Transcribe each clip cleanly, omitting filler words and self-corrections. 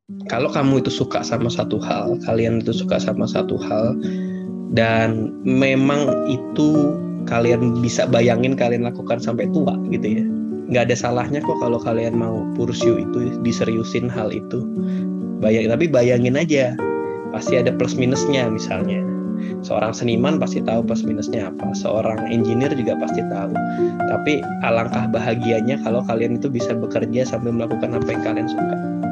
Kalau kamu itu suka sama satu hal, kalian itu suka sama satu hal, dan memang itu kalian bisa bayangin kalian lakukan sampai tua gitu ya, nggak ada salahnya kok kalau kalian mau pursue itu, diseriusin hal itu. Tapi bayangin aja, pasti ada plus minusnya. Misalnya seorang seniman pasti tahu plus minusnya apa, seorang engineer juga pasti tahu. Tapi alangkah bahagianya kalau kalian itu bisa bekerja sambil melakukan apa yang kalian suka.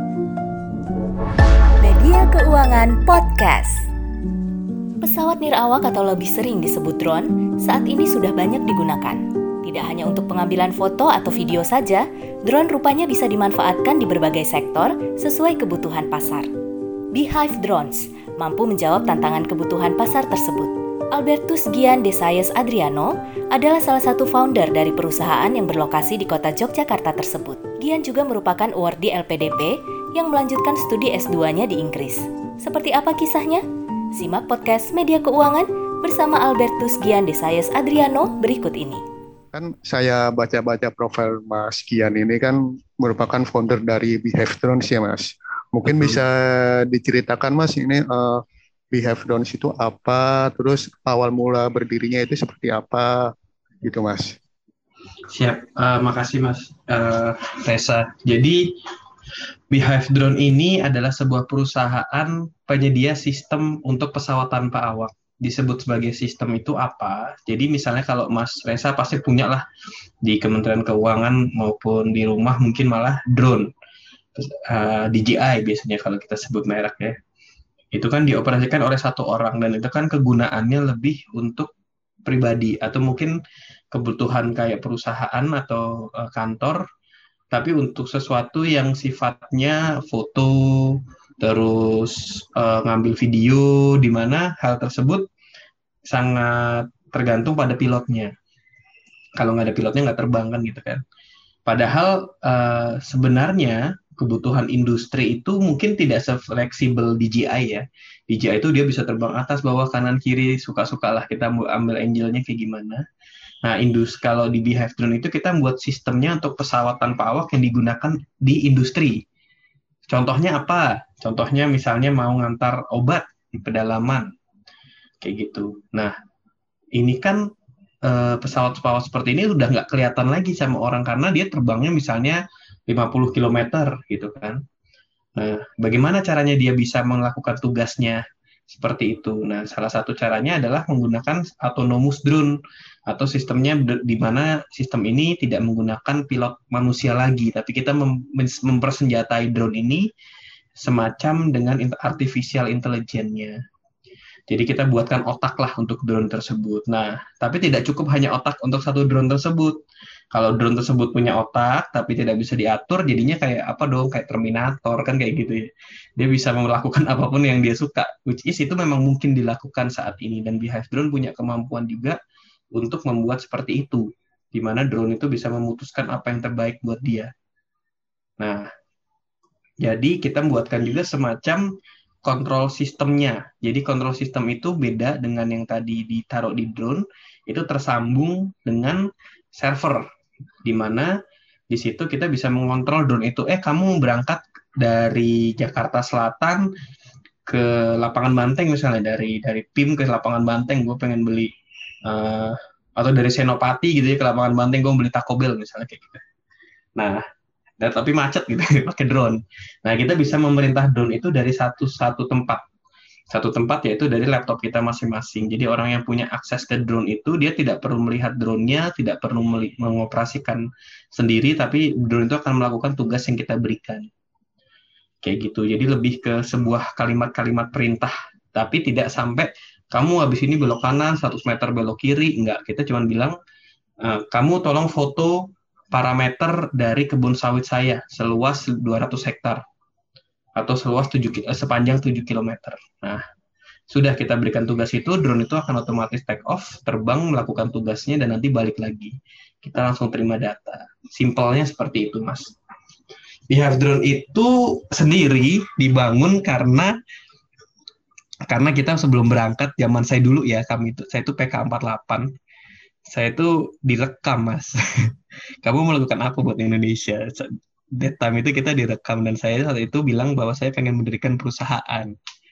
Media Keuangan Podcast. Pesawat nirawak atau lebih sering disebut drone saat ini sudah banyak digunakan. Tidak hanya untuk pengambilan foto atau video saja, drone rupanya bisa dimanfaatkan di berbagai sektor sesuai kebutuhan pasar. Beehive Drones mampu menjawab tantangan kebutuhan pasar tersebut. Albertus Gian Desayes Adriano adalah salah satu founder dari perusahaan yang berlokasi di kota Yogyakarta tersebut. Gian juga merupakan awardee LPDP yang melanjutkan studi S2-nya di Inggris. Seperti apa kisahnya? Simak podcast Media Keuangan bersama Albertus Gian Desayes Adriano berikut ini. Kan saya baca-baca profil Mas Gian ini kan merupakan founder dari Beehive Drones ya Mas. Mungkin bisa diceritakan Mas ini Beehive Drones itu apa, terus awal mula berdirinya itu seperti apa gitu Mas. Siap, makasih Mas Reza. Jadi Beehive Drone ini adalah sebuah perusahaan penyedia sistem untuk pesawat tanpa awak. Disebut sebagai sistem itu apa? Jadi misalnya kalau Mas Reza pasti punya lah di Kementerian Keuangan maupun di rumah mungkin malah drone. DJI biasanya kalau kita sebut merek ya. Itu kan dioperasikan oleh satu orang dan itu kan kegunaannya lebih untuk pribadi atau mungkin kebutuhan kayak perusahaan atau kantor, tapi untuk sesuatu yang sifatnya foto, terus ngambil video, di mana hal tersebut sangat tergantung pada pilotnya. Kalau nggak ada pilotnya nggak terbang kan gitu kan. Padahal sebenarnya kebutuhan industri itu mungkin tidak se-fleksibel DJI ya. DJI itu dia bisa terbang atas, bawah, kanan, kiri, suka-sukalah kita ambil angle-nya kayak gimana. Nah, kalau di Beehive Drone itu kita buat sistemnya untuk pesawat tanpa awak yang digunakan di industri. Contohnya apa? Contohnya misalnya mau ngantar obat di pedalaman, kayak gitu. Nah, ini kan pesawat-pesawat seperti ini udah nggak kelihatan lagi sama orang karena dia terbangnya misalnya 50 km gitu kan. Nah, bagaimana caranya dia bisa melakukan tugasnya seperti itu? Nah, salah satu caranya adalah menggunakan autonomous drone atau sistemnya di mana sistem ini tidak menggunakan pilot manusia lagi, tapi kita mempersenjatai drone ini semacam dengan artificial intelligence-nya. Jadi kita buatkan otak lah untuk drone tersebut. Nah, tapi tidak cukup hanya otak untuk satu drone tersebut. Kalau drone tersebut punya otak tapi tidak bisa diatur, jadinya kayak apa dong? Kayak Terminator kan kayak gitu ya. Dia bisa melakukan apapun yang dia suka. Which is itu memang mungkin dilakukan saat ini. Dan Beehive Drone punya kemampuan juga untuk membuat seperti itu. Di mana drone itu bisa memutuskan apa yang terbaik buat dia. Nah, jadi kita membuatkan juga semacam kontrol sistemnya. Jadi kontrol sistem itu beda dengan yang tadi ditaruh di drone, itu tersambung dengan server, di mana di situ kita bisa mengontrol drone itu. Kamu berangkat dari Jakarta Selatan ke Lapangan Banteng misalnya, dari PIM ke Lapangan Banteng, gue pengen beli atau dari Senopati gitu ya ke Lapangan Banteng, gue beli Taco Bell misalnya kayak gitu. Nah, tapi macet gitu pakai drone. Nah, kita bisa memerintah drone itu dari satu tempat yaitu dari laptop kita masing-masing. Jadi orang yang punya akses ke drone itu dia tidak perlu melihat drone-nya, tidak perlu mengoperasikan sendiri, tapi drone itu akan melakukan tugas yang kita berikan. Kayak gitu. Jadi lebih ke sebuah kalimat-kalimat perintah, tapi tidak sampai kamu habis ini belok kanan 100 meter belok kiri, enggak. Kita cuma bilang kamu tolong foto parameter dari kebun sawit saya seluas 200 hektar atau sepanjang 7 km. Nah, sudah kita berikan tugas itu, drone itu akan otomatis take off, terbang, melakukan tugasnya, dan nanti balik lagi. Kita langsung terima data. Simpelnya seperti itu, Mas. Beehive Drone itu sendiri dibangun karena kita sebelum berangkat, zaman saya dulu ya, saya itu PK48, saya itu direkam, Mas. Kamu melakukan apa buat Indonesia? that time itu kita direkam dan saya saat itu bilang bahwa saya pengen mendirikan perusahaan.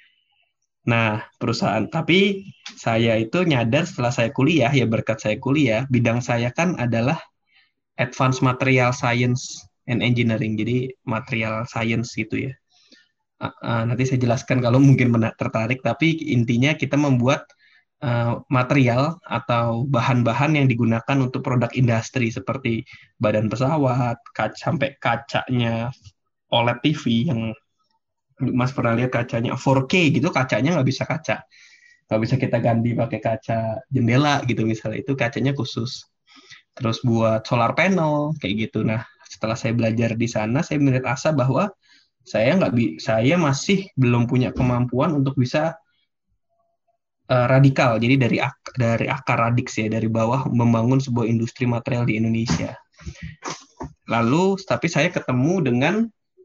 Nah, perusahaan. Tapi saya itu nyadar setelah saya kuliah, ya berkat saya kuliah, bidang saya kan adalah Advanced Material Science and Engineering, jadi material science gitu ya. Nanti saya jelaskan kalau mungkin tertarik, tapi intinya kita membuat material atau bahan-bahan yang digunakan untuk produk industri seperti badan pesawat, sampai kacanya OLED TV yang Mas pernah lihat kacanya 4K gitu, kacanya nggak bisa kita ganti pakai kaca jendela gitu misalnya, itu kacanya khusus. Terus buat solar panel kayak gitu. Nah, setelah saya belajar di sana, saya melihat asa bahwa saya masih belum punya kemampuan untuk bisa radikal. Jadi dari akar radix ya, dari bawah membangun sebuah industri material di Indonesia. Lalu, tapi saya ketemu dengan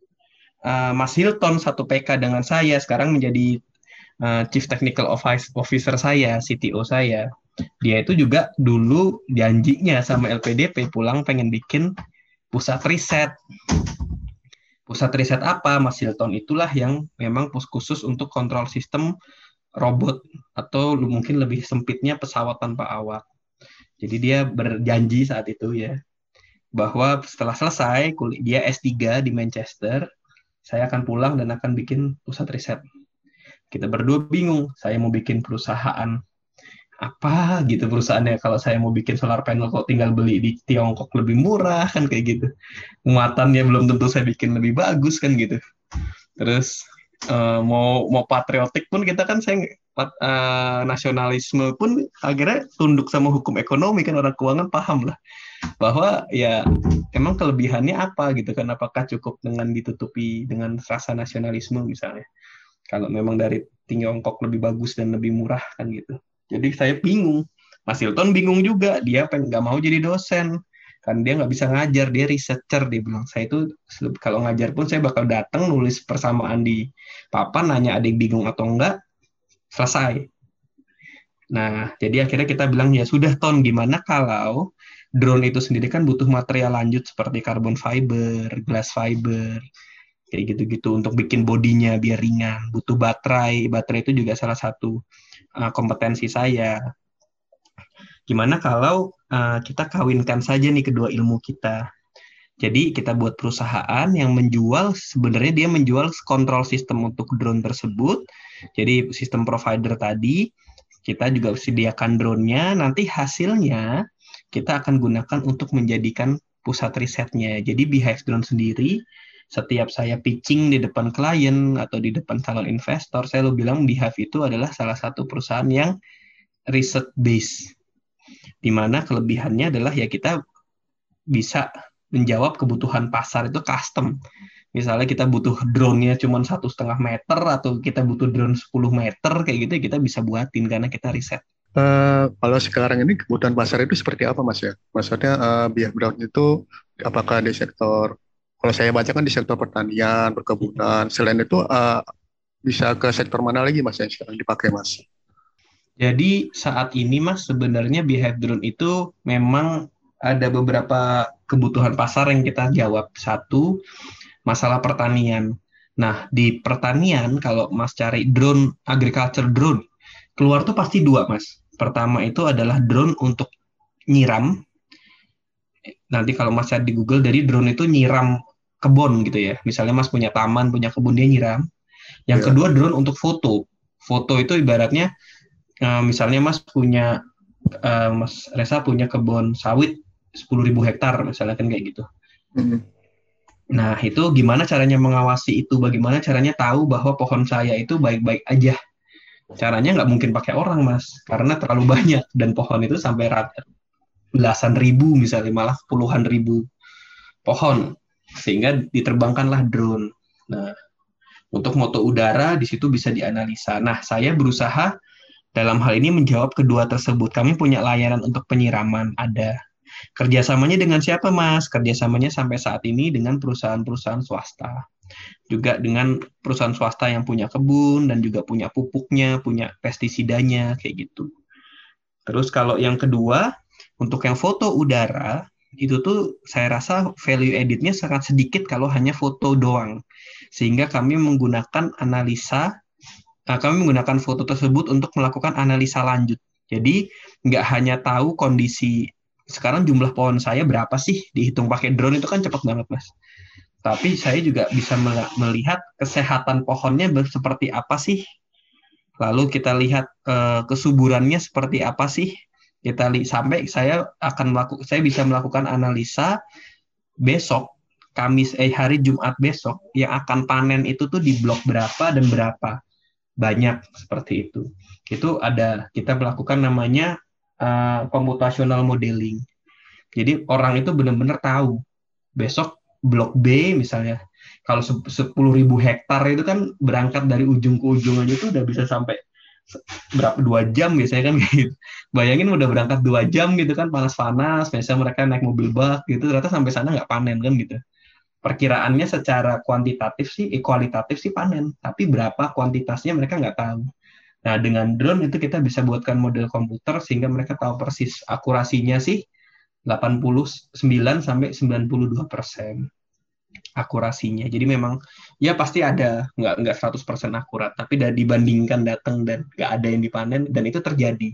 Mas Hilton, satu PK dengan saya, sekarang menjadi Chief Technical Officer saya, CTO saya. Dia itu juga dulu janjinya sama LPDP pulang pengen bikin pusat riset. Pusat riset apa? Mas Hilton itulah yang memang khusus untuk kontrol sistem robot atau mungkin lebih sempitnya pesawat tanpa awak. Jadi dia berjanji saat itu ya bahwa setelah selesai dia S3 di Manchester, saya akan pulang dan akan bikin pusat riset. Kita berdua bingung, saya mau bikin perusahaan apa gitu perusahaannya, kalau saya mau bikin solar panel kok tinggal beli di Tiongkok lebih murah kan kayak gitu. Muatannya belum tentu saya bikin lebih bagus kan gitu. Terus mau patriotik pun kita kan nasionalisme pun akhirnya tunduk sama hukum ekonomi kan, orang keuangan paham lah bahwa ya emang kelebihannya apa gitu kan, apakah cukup dengan ditutupi dengan rasa nasionalisme misalnya kalau memang dari Tiongkok lebih bagus dan lebih murah kan gitu. Jadi saya bingung, Mas Hilton bingung juga, dia nggak mau jadi dosen kan, dia nggak bisa ngajar, dia researcher. Dia bilang saya itu kalau ngajar pun saya bakal datang nulis persamaan di papan, nanya ada yang bingung atau enggak, selesai. Nah, jadi akhirnya kita bilang ya sudah Ton, gimana kalau drone itu sendiri kan butuh material lanjut seperti carbon fiber, glass fiber, kayak gitu-gitu untuk bikin bodinya biar ringan, butuh baterai itu juga salah satu kompetensi saya. Gimana kalau kita kawinkan saja nih kedua ilmu kita. Jadi kita buat perusahaan yang sebenarnya dia menjual kontrol sistem untuk drone tersebut. Jadi sistem provider tadi, kita juga sediakan drone-nya, nanti hasilnya kita akan gunakan untuk menjadikan pusat risetnya. Jadi Beehive Drone sendiri, setiap saya pitching di depan klien atau di depan calon investor, saya selalu bilang Beehive itu adalah salah satu perusahaan yang riset base, di mana kelebihannya adalah ya kita bisa menjawab kebutuhan pasar itu custom. Misalnya kita butuh drone-nya cuma 1,5 meter atau kita butuh drone 10 meter kayak gitu, kita bisa buatin karena kita riset. Kalau sekarang ini kebutuhan pasar itu seperti apa Mas ya? Maksudnya Beehive Drone itu apakah di sektor, kalau saya baca kan di sektor pertanian, perkebunan, selain itu bisa ke sektor mana lagi Mas yang sekarang dipakai Mas? Jadi saat ini Mas sebenarnya Beehive Drone itu memang ada beberapa kebutuhan pasar yang kita jawab. Satu, masalah pertanian. Nah, di pertanian kalau Mas cari drone, agriculture drone, keluar tuh pasti dua Mas. Pertama itu adalah drone untuk nyiram. Nanti kalau Mas cari di Google, dari drone itu nyiram kebun gitu ya. Misalnya Mas punya taman, punya kebun, dia nyiram. Yang kedua drone untuk foto. Foto itu ibaratnya misalnya Mas Reza punya kebun sawit 10.000 hektar misalnya kan kayak gitu. Nah, itu gimana caranya mengawasi itu? Bagaimana caranya tahu bahwa pohon saya itu baik-baik aja? Caranya nggak mungkin pakai orang, Mas, karena terlalu banyak dan pohon itu sampai belasan ribu misalnya, malah puluhan ribu pohon, sehingga diterbangkanlah drone. Nah, untuk moto udara di situ bisa dianalisa. Nah, saya berusaha dalam hal ini menjawab kedua tersebut. Kami punya layanan untuk penyiraman, ada. Kerjasamanya dengan siapa, Mas? Kerjasamanya sampai saat ini dengan perusahaan-perusahaan swasta. Juga dengan perusahaan swasta yang punya kebun dan juga punya pupuknya, punya pestisidanya, kayak gitu. Terus kalau yang kedua, untuk yang foto udara, itu tuh saya rasa value editnya sangat sedikit kalau hanya foto doang. Sehingga kami menggunakan foto tersebut untuk melakukan analisa lanjut. Jadi nggak hanya tahu kondisi sekarang jumlah pohon saya berapa sih dihitung pakai drone itu kan cepat banget Mas. Tapi saya juga bisa melihat kesehatan pohonnya seperti apa sih. Lalu kita lihat kesuburannya seperti apa sih. Sampai saya bisa melakukan analisa besok hari Jumat besok yang akan panen itu tuh di blok berapa dan berapa banyak seperti itu. Itu kita melakukan namanya computational modeling. Jadi orang itu benar-benar tahu besok blok B misalnya kalau 10.000 hektar itu kan berangkat dari ujung ke ujung aja itu udah bisa sampai berapa 2 jam biasanya kan gitu. Bayangin udah berangkat 2 jam gitu kan panas-panas, biasanya mereka naik mobil bak gitu ternyata sampai sana nggak panen kan gitu. Perkiraannya secara kualitatif sih panen, tapi berapa kuantitasnya mereka nggak tahu. Nah, dengan drone itu kita bisa buatkan model komputer sehingga mereka tahu persis akurasinya sih 89 sampai 92% akurasinya. Jadi memang ya pasti ada nggak 100% akurat, tapi dibandingkan datang dan nggak ada yang dipanen dan itu terjadi.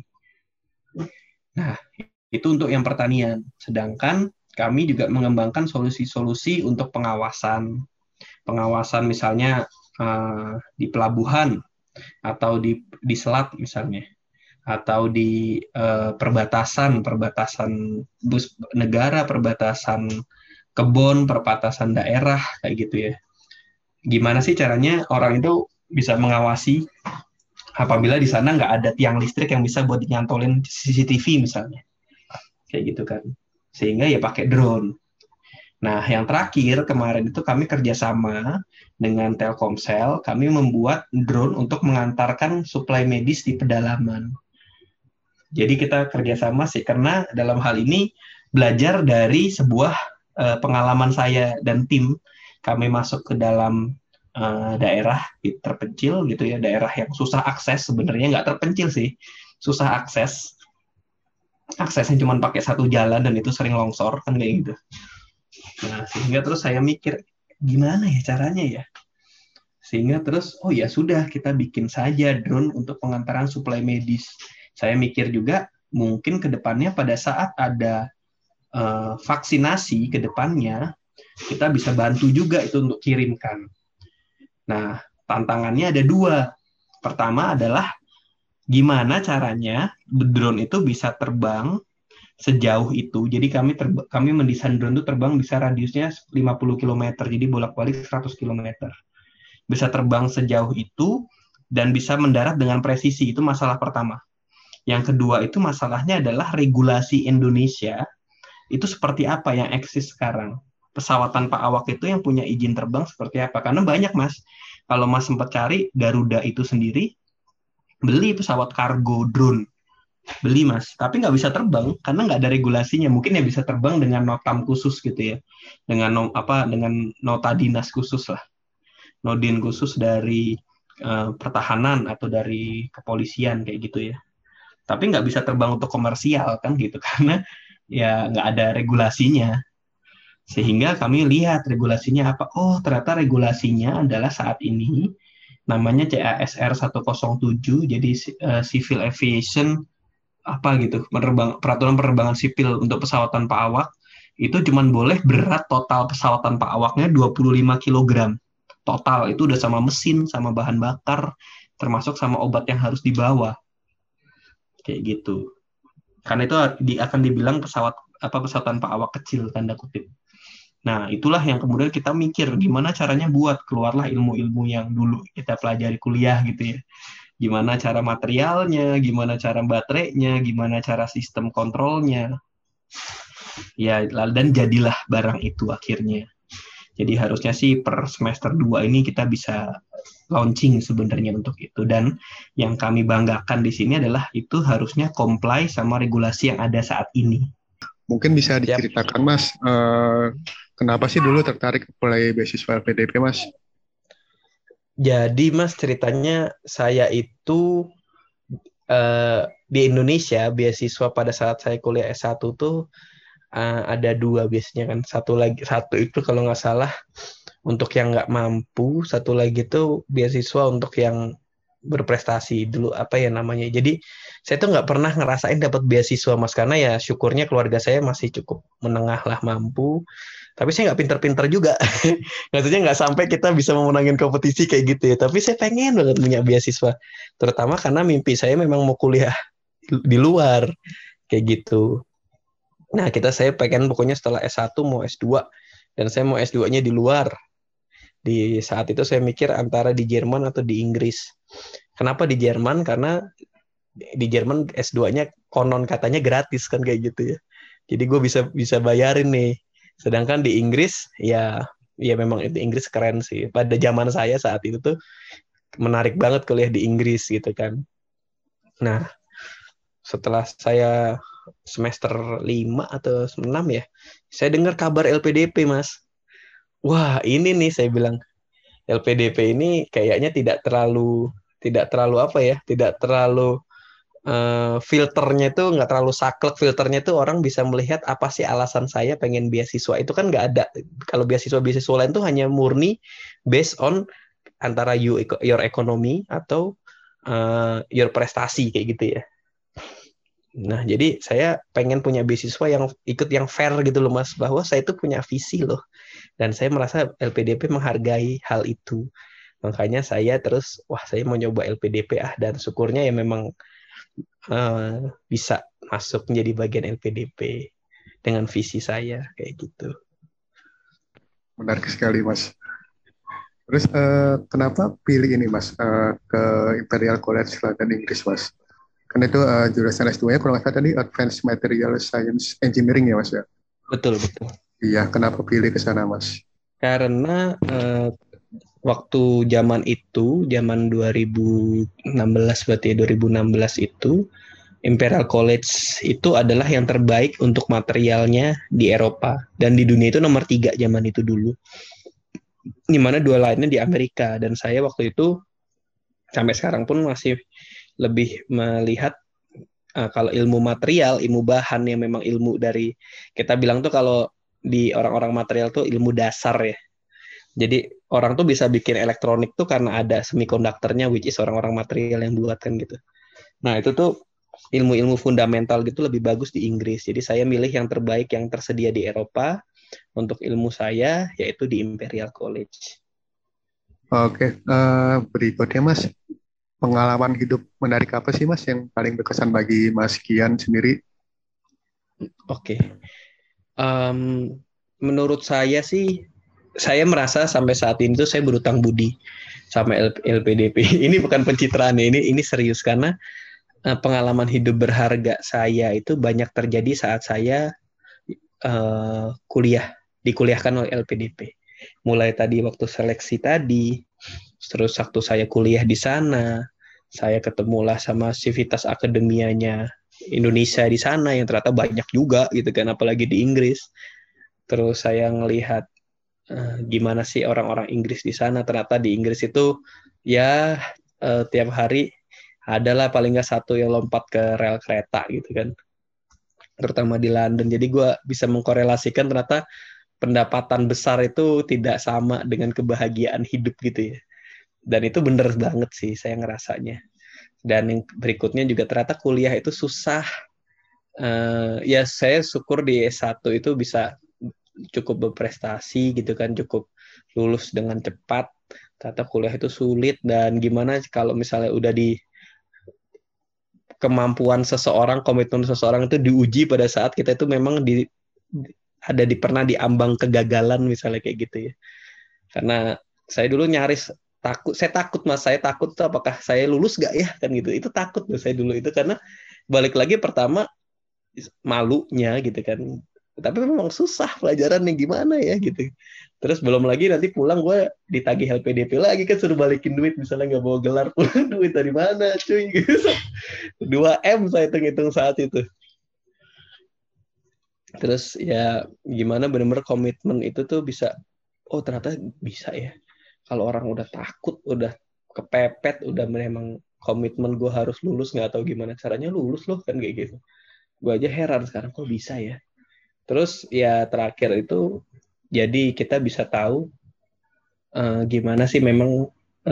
Nah, itu untuk yang pertanian. Sedangkan kami juga mengembangkan solusi-solusi untuk pengawasan. Pengawasan misalnya di pelabuhan atau di selat misalnya atau di perbatasan bus negara, perbatasan kebun, perbatasan daerah kayak gitu ya. Gimana sih caranya orang itu bisa mengawasi apabila di sana nggak ada tiang listrik yang bisa buat dinyantolin CCTV misalnya, kayak gitu kan. Sehingga ya pakai drone. Nah, yang terakhir kemarin itu kami kerjasama dengan Telkomsel, kami membuat drone untuk mengantarkan suplai medis di pedalaman. Jadi kita kerjasama sih, karena dalam hal ini belajar dari sebuah pengalaman saya dan tim, kami masuk ke dalam daerah terpencil gitu ya, daerah yang susah akses, sebenarnya nggak terpencil sih, susah aksesnya cuma pakai satu jalan dan itu sering longsor kan kayak gitu. Nah, sehingga terus saya mikir gimana ya caranya ya, sehingga terus oh ya sudah kita bikin saja drone untuk pengantaran suplai medis. Saya mikir juga mungkin ke depannya pada saat ada vaksinasi ke depannya kita bisa bantu juga itu untuk kirimkan. Nah, tantangannya ada 2. Pertama adalah gimana caranya drone itu bisa terbang sejauh itu. Jadi kami mendesain drone itu terbang bisa radiusnya 50 km, jadi bolak-balik 100 km. Bisa terbang sejauh itu dan bisa mendarat dengan presisi, itu masalah pertama. Yang kedua itu masalahnya adalah regulasi Indonesia itu seperti apa yang eksis sekarang. Pesawat tanpa awak itu yang punya izin terbang seperti apa? Karena banyak Mas, kalau Mas sempat cari Garuda itu sendiri, beli pesawat kargo drone, beli Mas, tapi nggak bisa terbang karena nggak ada regulasinya. Mungkin ya bisa terbang dengan notam khusus gitu ya, dengan nota dinas khusus lah, nodin khusus dari pertahanan atau dari kepolisian kayak gitu ya. Tapi nggak bisa terbang untuk komersial kan gitu karena ya nggak ada regulasinya. Sehingga kami lihat regulasinya apa. Oh, ternyata regulasinya adalah saat ini namanya CASR 107, jadi Civil Aviation apa gitu, peraturan penerbangan sipil untuk pesawat tanpa awak itu cuma boleh berat total pesawat tanpa awaknya 25 kg. Total itu udah sama mesin, sama bahan bakar, termasuk sama obat yang harus dibawa. Kayak gitu. Karena itu akan dibilang pesawat tanpa awak kecil tanda kutip. Nah, itulah yang kemudian kita mikir gimana caranya buat keluarlah ilmu-ilmu yang dulu kita pelajari kuliah gitu ya. Gimana cara materialnya, gimana cara baterainya, gimana cara sistem kontrolnya. Ya, dan jadilah barang itu akhirnya. Jadi harusnya sih per semester 2 ini kita bisa launching sebenarnya untuk itu. Dan yang kami banggakan di sini adalah itu harusnya comply sama regulasi yang ada saat ini. Mungkin bisa diceritakan Mas, kenapa sih dulu tertarik mulai beasiswa LPDP Mas? Jadi Mas ceritanya saya itu di Indonesia beasiswa pada saat saya kuliah S1 tuh ada dua biasanya kan. Satu itu kalau nggak salah untuk yang nggak mampu, satu lagi tuh beasiswa untuk yang berprestasi dulu apa ya namanya. Jadi saya tuh nggak pernah ngerasain dapat beasiswa Mas karena ya syukurnya keluarga saya masih cukup menengah lah mampu. Tapi saya nggak pinter-pinter juga. Maksudnya nggak sampai kita bisa memenangin kompetisi kayak gitu ya. Tapi saya pengen banget punya beasiswa. Terutama karena mimpi saya memang mau kuliah di luar kayak gitu. Nah, saya pengen pokoknya setelah S1 mau S2 dan saya mau S2-nya di luar. Di saat itu saya mikir antara di Jerman atau di Inggris. Kenapa di Jerman? Karena di Jerman S2-nya konon katanya gratis kan kayak gitu ya. Jadi gue bisa bisa bayarin nih. Sedangkan di Inggris ya memang itu Inggris keren sih. Pada zaman saya saat itu tuh menarik banget kuliah di Inggris gitu kan. Nah, setelah saya semester 5 atau 6 ya, saya dengar kabar LPDP, Mas. Wah, ini nih saya bilang LPDP ini kayaknya tidak terlalu apa ya, tidak terlalu filternya itu nggak terlalu saklek. Filternya itu orang bisa melihat apa sih alasan saya pengen beasiswa itu kan nggak ada. Kalau beasiswa lain tuh hanya murni based on antara your economy atau your prestasi kayak gitu ya. Nah, jadi saya pengen punya beasiswa yang ikut yang fair gitu loh Mas, bahwa saya itu punya visi loh. Dan saya merasa LPDP menghargai hal itu. Makanya saya terus, wah saya mau nyoba LPDP dan syukurnya ya memang bisa masuk menjadi bagian LPDP dengan visi saya kayak gitu. Menarik sekali, Mas. Terus kenapa pilih ini, Mas, ke Imperial College London Inggris, Mas? Kan itu jurusan S2-nya kalau nggak salah tadi Advanced Material Science Engineering ya, Mas ya? Betul, betul. Iya, kenapa pilih ke sana, Mas? Karena waktu zaman 2016 berarti ya, 2016 itu Imperial College itu adalah yang terbaik untuk materialnya di Eropa dan di dunia itu nomor 3 zaman itu dulu. Di mana dua lainnya di Amerika dan saya waktu itu sampai sekarang pun masih lebih melihat kalau ilmu material, ilmu bahan yang memang ilmu dari kita bilang tuh kalau di orang-orang material tuh ilmu dasar ya. Jadi orang tuh bisa bikin elektronik tuh karena ada semikonduktornya which is orang-orang material yang buatkan gitu. Nah, itu tuh ilmu-ilmu fundamental gitu lebih bagus di Inggris. Jadi saya milih yang terbaik yang tersedia di Eropa untuk ilmu saya yaitu di Imperial College. Oke, berikutnya Mas, pengalaman hidup menarik apa sih Mas yang paling berkesan bagi Mas Kian sendiri? Oke. Menurut saya sih, saya merasa sampai saat ini tuh saya berutang budi sama LPDP. Ini bukan pencitraan ya, ini serius karena pengalaman hidup berharga saya itu banyak terjadi saat saya dikuliahkan oleh LPDP. Mulai tadi waktu seleksi tadi, terus waktu saya kuliah di sana, saya ketemulah sama sivitas akademianya Indonesia di sana yang ternyata banyak juga gitu kan, apalagi di Inggris. Terus saya ngelihat gimana sih orang-orang Inggris di sana. Ternyata di Inggris itu ya tiap hari adalah paling nggak satu yang lompat ke rel kereta gitu kan, terutama di London. Jadi gue bisa mengkorelasikan ternyata pendapatan besar itu tidak sama dengan kebahagiaan hidup gitu ya. Dan itu bener banget sih saya ngerasanya. Dan yang berikutnya juga ternyata kuliah itu susah. Ya saya syukur di S1 itu bisa cukup berprestasi gitu kan, cukup lulus dengan cepat. Ternyata kuliah itu sulit dan gimana kalau misalnya udah di kemampuan seseorang, komitmen seseorang itu diuji pada saat kita itu memang pernah diambang kegagalan misalnya kayak gitu ya. Karena saya dulu nyaris saya takut Mas, saya takut tuh apakah saya lulus gak ya kan gitu. Itu takut tuh saya dulu itu karena balik lagi pertama malunya gitu kan. Tapi memang susah pelajarannya gimana ya gitu. Terus belum lagi nanti pulang gue ditagih LPDP lagi kan, suruh balikin duit misalnya nggak bawa gelar, pulang duit dari mana cuy gitu. 2M saya hitung-hitung saat itu. Terus ya gimana benar-benar komitmen itu tuh bisa, oh ternyata bisa ya. Kalau orang udah takut, udah kepepet, udah memang komitmen gue harus lulus, nggak tahu gimana caranya lulus loh kan kayak gitu. Gue aja heran sekarang kok bisa ya. Terus ya terakhir itu jadi kita bisa tahu gimana sih memang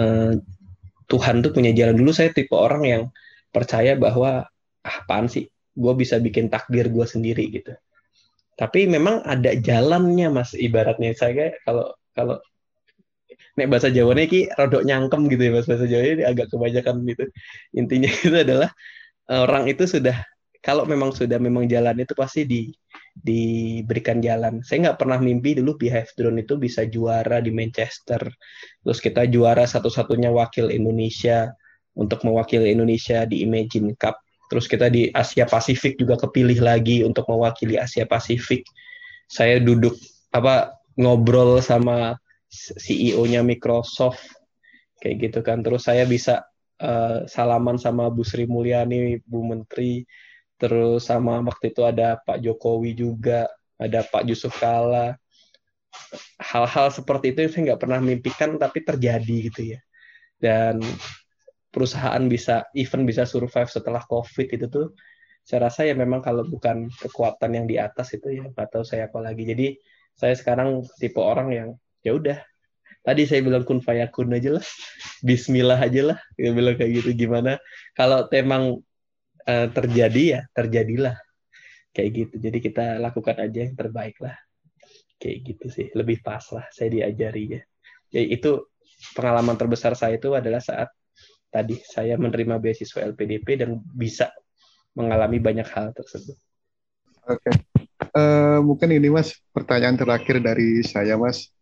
Tuhan tuh punya jalan. Dulu saya tipe orang yang percaya bahwa apaan sih, gue bisa bikin takdir gue sendiri gitu. Tapi memang ada jalannya mas, ibaratnya saya kalau kalau nek bahasa Jawanya ki rodok nyangkem gitu ya mas, bahasa Jawa ini agak kebanyakan gitu. Intinya itu adalah orang itu sudah, kalau memang sudah memang jalan itu pasti diberikan jalan. Saya nggak pernah mimpi dulu Beehive Drone itu bisa juara di Manchester. Terus kita juara satu-satunya wakil Indonesia untuk mewakili Indonesia di Imagine Cup. Terus kita di Asia Pasifik juga kepilih lagi untuk mewakili Asia Pasifik. Saya duduk ngobrol sama CEO-nya Microsoft kayak gitu kan. Terus saya bisa salaman sama Bu Sri Mulyani, Bu Menteri. Terus sama waktu itu ada Pak Jokowi juga, ada Pak Yusuf Kalla. Hal-hal seperti itu saya nggak pernah mimpikan, tapi terjadi gitu ya. Dan perusahaan even bisa survive setelah COVID itu tuh, saya rasa ya memang kalau bukan kekuatan yang di atas itu ya nggak tahu saya apa lagi. Jadi saya sekarang tipe orang yang ya udah. Tadi saya bilang kun fayakun aja lah, Bismillah aja lah, ya bilang kayak gitu. Gimana kalau memang terjadi ya terjadilah kayak gitu. Jadi kita lakukan aja yang terbaik lah, kayak gitu sih. Lebih pas lah saya diajari ya. Jadi itu pengalaman terbesar saya itu adalah saat tadi saya menerima beasiswa LPDP dan bisa mengalami banyak hal tersebut. Oke. Mungkin ini Mas, pertanyaan terakhir dari saya Mas.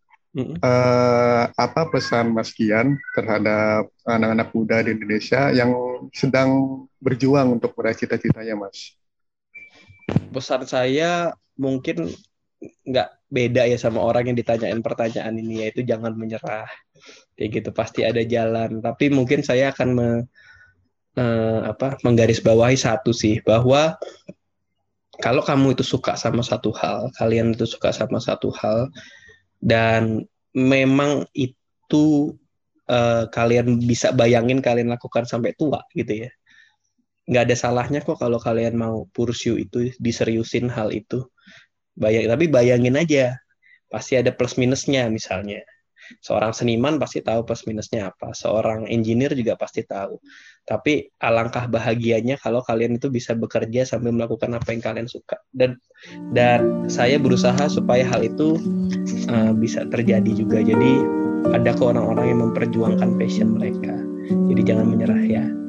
Apa pesan Mas Kian terhadap anak-anak muda di Indonesia yang sedang berjuang untuk meraih cita-citanya Mas? Pesan saya mungkin nggak beda ya sama orang yang ditanyain pertanyaan ini, yaitu jangan menyerah. Kayak gitu, pasti ada jalan. Tapi mungkin saya akan menggarisbawahi satu sih, bahwa kalau kamu itu suka sama satu hal, kalian itu suka sama satu hal, dan memang itu kalian bisa bayangin kalian lakukan sampai tua gitu ya. Nggak ada salahnya kok kalau kalian mau pursue itu, diseriusin hal itu. Tapi bayangin aja, pasti ada plus minusnya. Misalnya seorang seniman pasti tahu plus minusnya apa, seorang engineer juga pasti tahu. Tapi alangkah bahagianya kalau kalian itu bisa bekerja sambil melakukan apa yang kalian suka. Dan saya berusaha supaya hal itu bisa terjadi juga. Jadi ada kok orang-orang yang memperjuangkan passion mereka. Jadi jangan menyerah ya.